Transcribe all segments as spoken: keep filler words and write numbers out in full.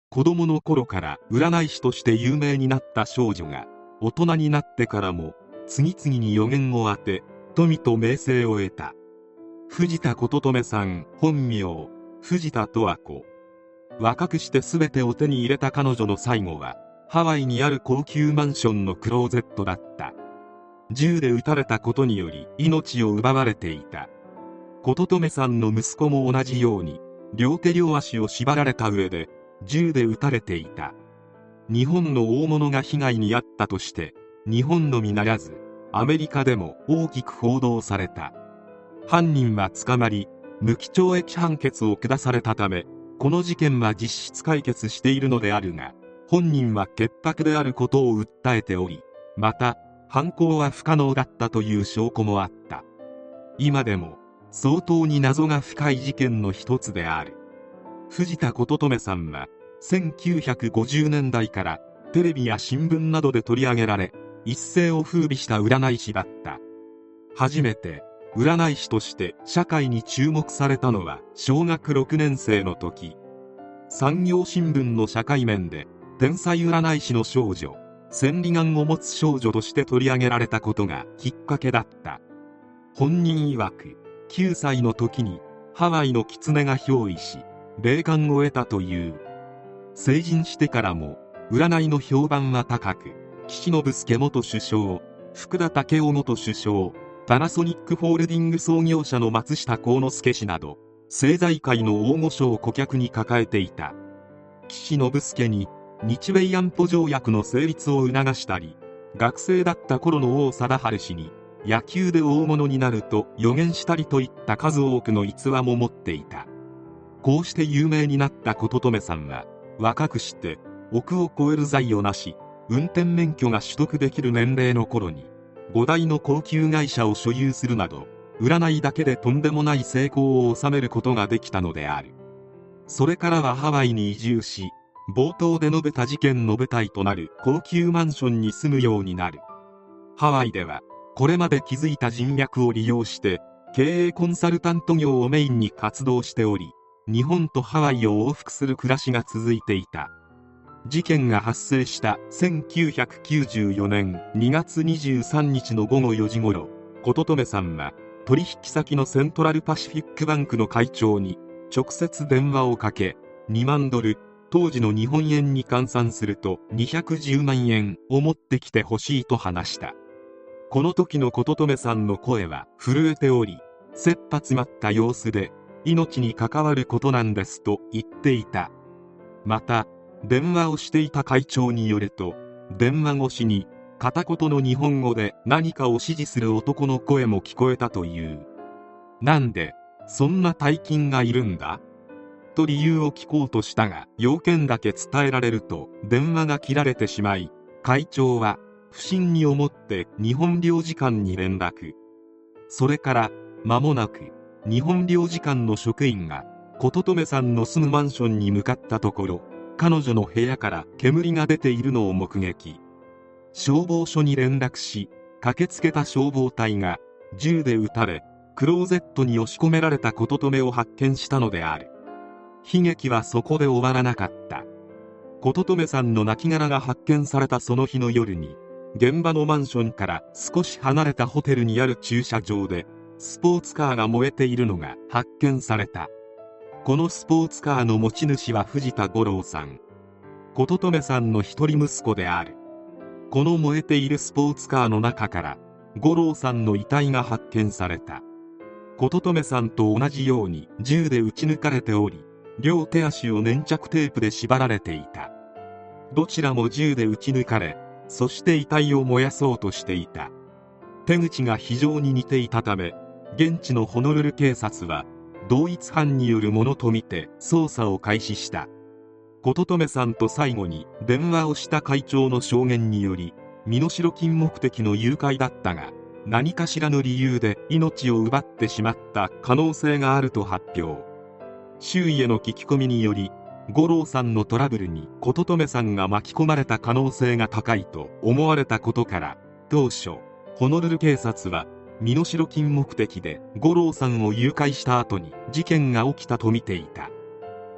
子供の頃から占い師として有名になった少女が大人になってからも次々に予言を当て富と名声を得た。藤田琴留さん本名藤田十和子。若くして全てを手に入れた彼女の最後はハワイにある高級マンションのクローゼットだった。銃で撃たれたことにより命を奪われていた。琴留さんの息子も同じように両手両足を縛られた上で銃で撃たれていた。日本の大物が被害に遭ったとして日本のみならずアメリカでも大きく報道された。犯人は捕まり無期懲役判決を下されたためこの事件は実質解決しているのであるが、本人は潔白であることを訴えており、また犯行は不可能だったという証拠もあった。今でも相当に謎が深い事件の一つである。藤田琴留さんはせんきゅうひゃくごじゅうねんだいからテレビや新聞などで取り上げられ一世を風靡した占い師だった。初めて占い師として社会に注目されたのは小学ろくねんせいの時。産業新聞の社会面で天才占い師の少女、千里眼を持つ少女として取り上げられたことがきっかけだった。本人曰くきゅうさいの時にハワイの狐が憑依し霊感を得たという。成人してからも占いの評判は高く、岸信介元首相、福田赳夫元首相、パナソニックホールディング創業者の松下幸之助氏など政財界の大御所を顧客に抱えていた。岸信介に日米安保条約の成立を促したり、学生だった頃の王貞治氏に野球で大物になると予言したりといった数多くの逸話も持っていた。こうして有名になった琴留さんは若くして億を超える財を成し、運転免許が取得できる年齢の頃にごだいの高級会社を所有するなど、占いだけでとんでもない成功を収めることができたのである。それからはハワイに移住し、冒頭で述べた事件の舞台となる高級マンションに住むようになる。ハワイではこれまで築いた人脈を利用して経営コンサルタント業をメインに活動しており、日本とハワイを往復する暮らしが続いていた。事件が発生したせんきゅうひゃくきゅうじゅうよねんにがつにじゅうさんにちのごごよじごろ、琴留さんは取引先のセントラルパシフィックバンクの会長に直接電話をかけ、にまんドル、当時の日本円に換算するとにひゃくじゅうまんえんを持ってきてほしいと話した。この時の琴留さんの声は震えており、切羽詰まった様子で、命に関わることなんですと言っていた。また電話をしていた会長によると、電話越しに片言の日本語で何かを指示する男の声も聞こえたという。なんでそんな大金がいるんだと理由を聞こうとしたが、要件だけ伝えられると電話が切られてしまい、会長は不審に思って日本領事館に連絡。それから間もなく日本領事館の職員が琴留さんの住むマンションに向かったところ、彼女の部屋から煙が出ているのを目撃。消防署に連絡し、駆けつけた消防隊が銃で撃たれクローゼットに押し込められた琴留を発見したのである。悲劇はそこで終わらなかった。琴留さんの亡骸が発見されたその日の夜に、現場のマンションから少し離れたホテルにある駐車場でスポーツカーが燃えているのが発見された。このスポーツカーの持ち主は藤田五郎さん、琴留さんの一人息子である。この燃えているスポーツカーの中から五郎さんの遺体が発見された。琴留さんと同じように銃で撃ち抜かれており、両手足を粘着テープで縛られていた。どちらも銃で撃ち抜かれ、そして遺体を燃やそうとしていた。手口が非常に似ていたため、現地のホノルル警察は同一犯によるものとみて捜査を開始した。琴留さんと最後に電話をした会長の証言により、身代金目的の誘拐だったが、何かしらの理由で命を奪ってしまった可能性があると発表。周囲への聞き込みにより、五郎さんのトラブルに琴留さんが巻き込まれた可能性が高いと思われたことから、当初ホノルル警察は身代金目的で五郎さんを誘拐した後に事件が起きたと見ていた。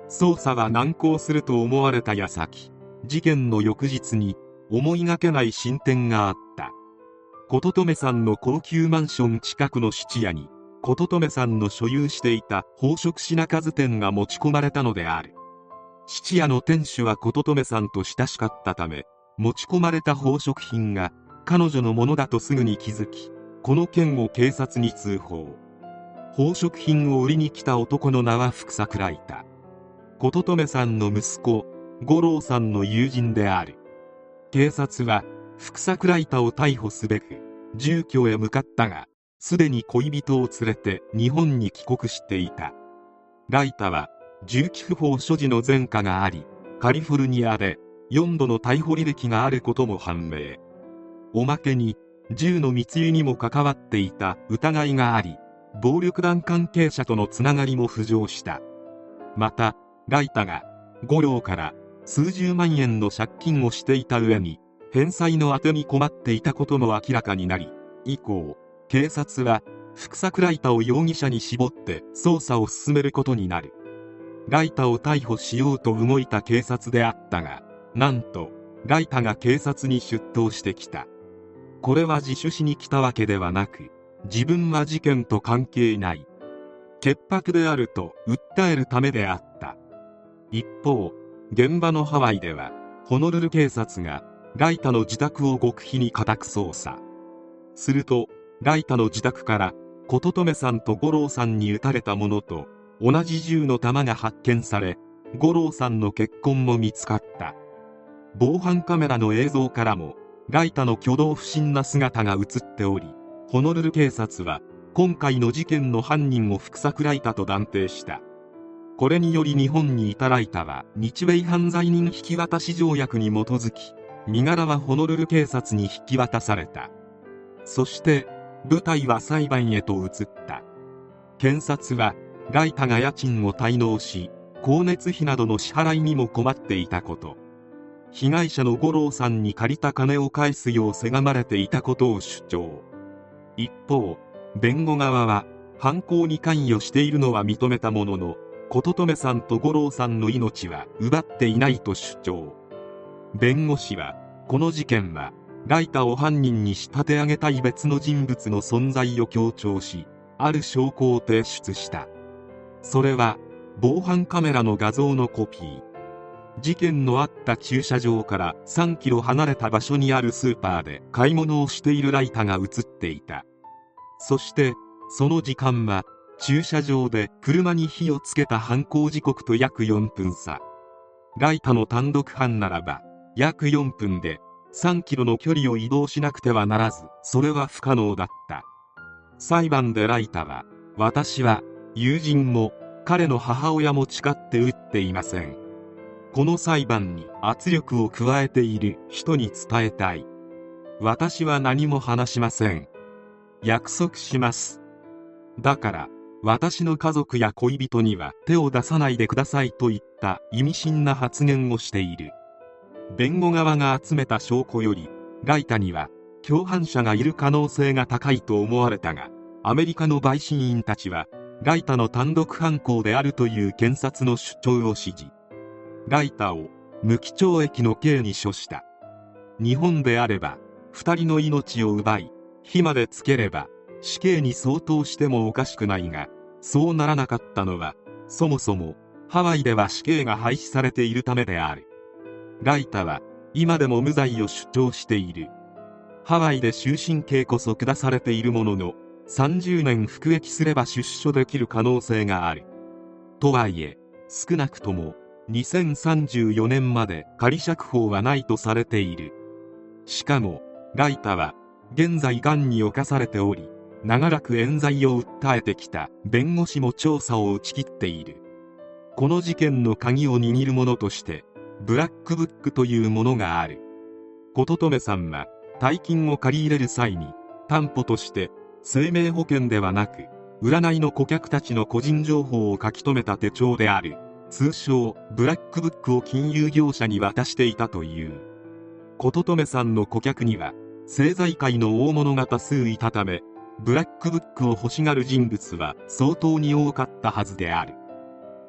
捜査は難航すると思われた矢先、事件の翌日に思いがけない進展があった。琴留さんの高級マンション近くの質屋に琴留さんの所有していた宝飾品数店が持ち込まれたのである。質屋の店主は琴留さんと親しかったため、持ち込まれた宝飾品が彼女のものだとすぐに気づき、この件を警察に通報。宝飾品を売りに来た男の名は福桜井田。琴留さんの息子五郎さんの友人である。警察は福桜井田を逮捕すべく住居へ向かったが、すでに恋人を連れて日本に帰国していた。ライタは銃器不法所持の前科があり、カリフォルニアでよんどの逮捕履歴があることも判明。おまけに銃の密輸にも関わっていた疑いがあり、暴力団関係者とのつながりも浮上した。またライタが五郎から数十万円の借金をしていた上に返済のあてに困っていたことも明らかになり、以降警察は福桜井田を容疑者に絞って捜査を進めることになる。ライタを逮捕しようと動いた警察であったが、なんとライタが警察に出頭してきた。これは自首しに来たわけではなく、自分は事件と関係ない、潔白であると訴えるためであった。一方、現場のハワイではホノルル警察がライタの自宅を極秘に家宅捜査。するとライタの自宅から琴留さんと五郎さんに撃たれたものと同じ銃の弾が発見され、五郎さんの血痕も見つかった。防犯カメラの映像からもライタの挙動不審な姿が映っており、ホノルル警察は今回の事件の犯人を福桜井田と断定した。これにより日本にいたライタは日米犯罪人引き渡し条約に基づき、身柄はホノルル警察に引き渡された。そして舞台は裁判へと移った。検察はライタが家賃を滞納し、光熱費などの支払いにも困っていたこと、被害者の五郎さんに借りた金を返すようせがまれていたことを主張。一方、弁護側は犯行に関与しているのは認めたものの、琴留さんと五郎さんの命は奪っていないと主張。弁護士はこの事件はライタを犯人に仕立て上げたい別の人物の存在を強調し、ある証拠を提出した。それは防犯カメラの画像のコピー。事件のあった駐車場からさんキロ離れた場所にあるスーパーで買い物をしているライタが映っていた。そしてその時間は駐車場で車に火をつけた犯行時刻と約よんぷん差。ライタの単独犯ならば約よんぷんでさんキロの距離を移動しなくてはならず、それは不可能だった。裁判でライタは、私は友人も彼の母親も誓って撃っていません。この裁判に圧力を加えている人に伝えたい。私は何も話しません。約束します。だから私の家族や恋人には手を出さないでくださいといった意味深な発言をしている。弁護側が集めた証拠よりライタには共犯者がいる可能性が高いと思われたが、アメリカの陪審員たちはライタの単独犯行であるという検察の主張を支持。ライタを無期懲役の刑に処した。日本であればふたりの命を奪い火までつければ死刑に相当してもおかしくないが、そうならなかったのはそもそもハワイでは死刑が廃止されているためである。ライタは今でも無罪を主張している。ハワイで終身刑こそ下されているものの、さんじゅうねん服役すれば出所できる可能性がある。とはいえ少なくともにせんさんじゅうよねんまで仮釈放はないとされている。しかもライタは現在がんに侵されており、長らく冤罪を訴えてきた弁護士も調査を打ち切っている。この事件の鍵を握るものとしてブラックブックというものがある。琴留さんは大金を借り入れる際に担保として生命保険ではなく占いの顧客たちの個人情報を書き留めた手帳である通称ブラックブックを金融業者に渡していたという。琴留さんの顧客には政財界の大物が多数いたため、ブラックブックを欲しがる人物は相当に多かったはずである。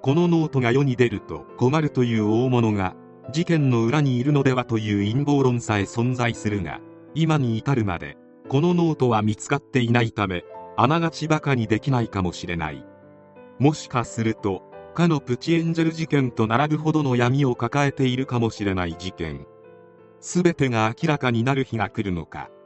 このノートが世に出ると困るという大物が事件の裏にいるのではという陰謀論さえ存在するが、今に至るまでこのノートは見つかっていないため、あながちバカにできないかもしれない。もしかするとかのプチエンジェル事件と並ぶほどの闇を抱えているかもしれない事件。全てが明らかになる日が来るのか。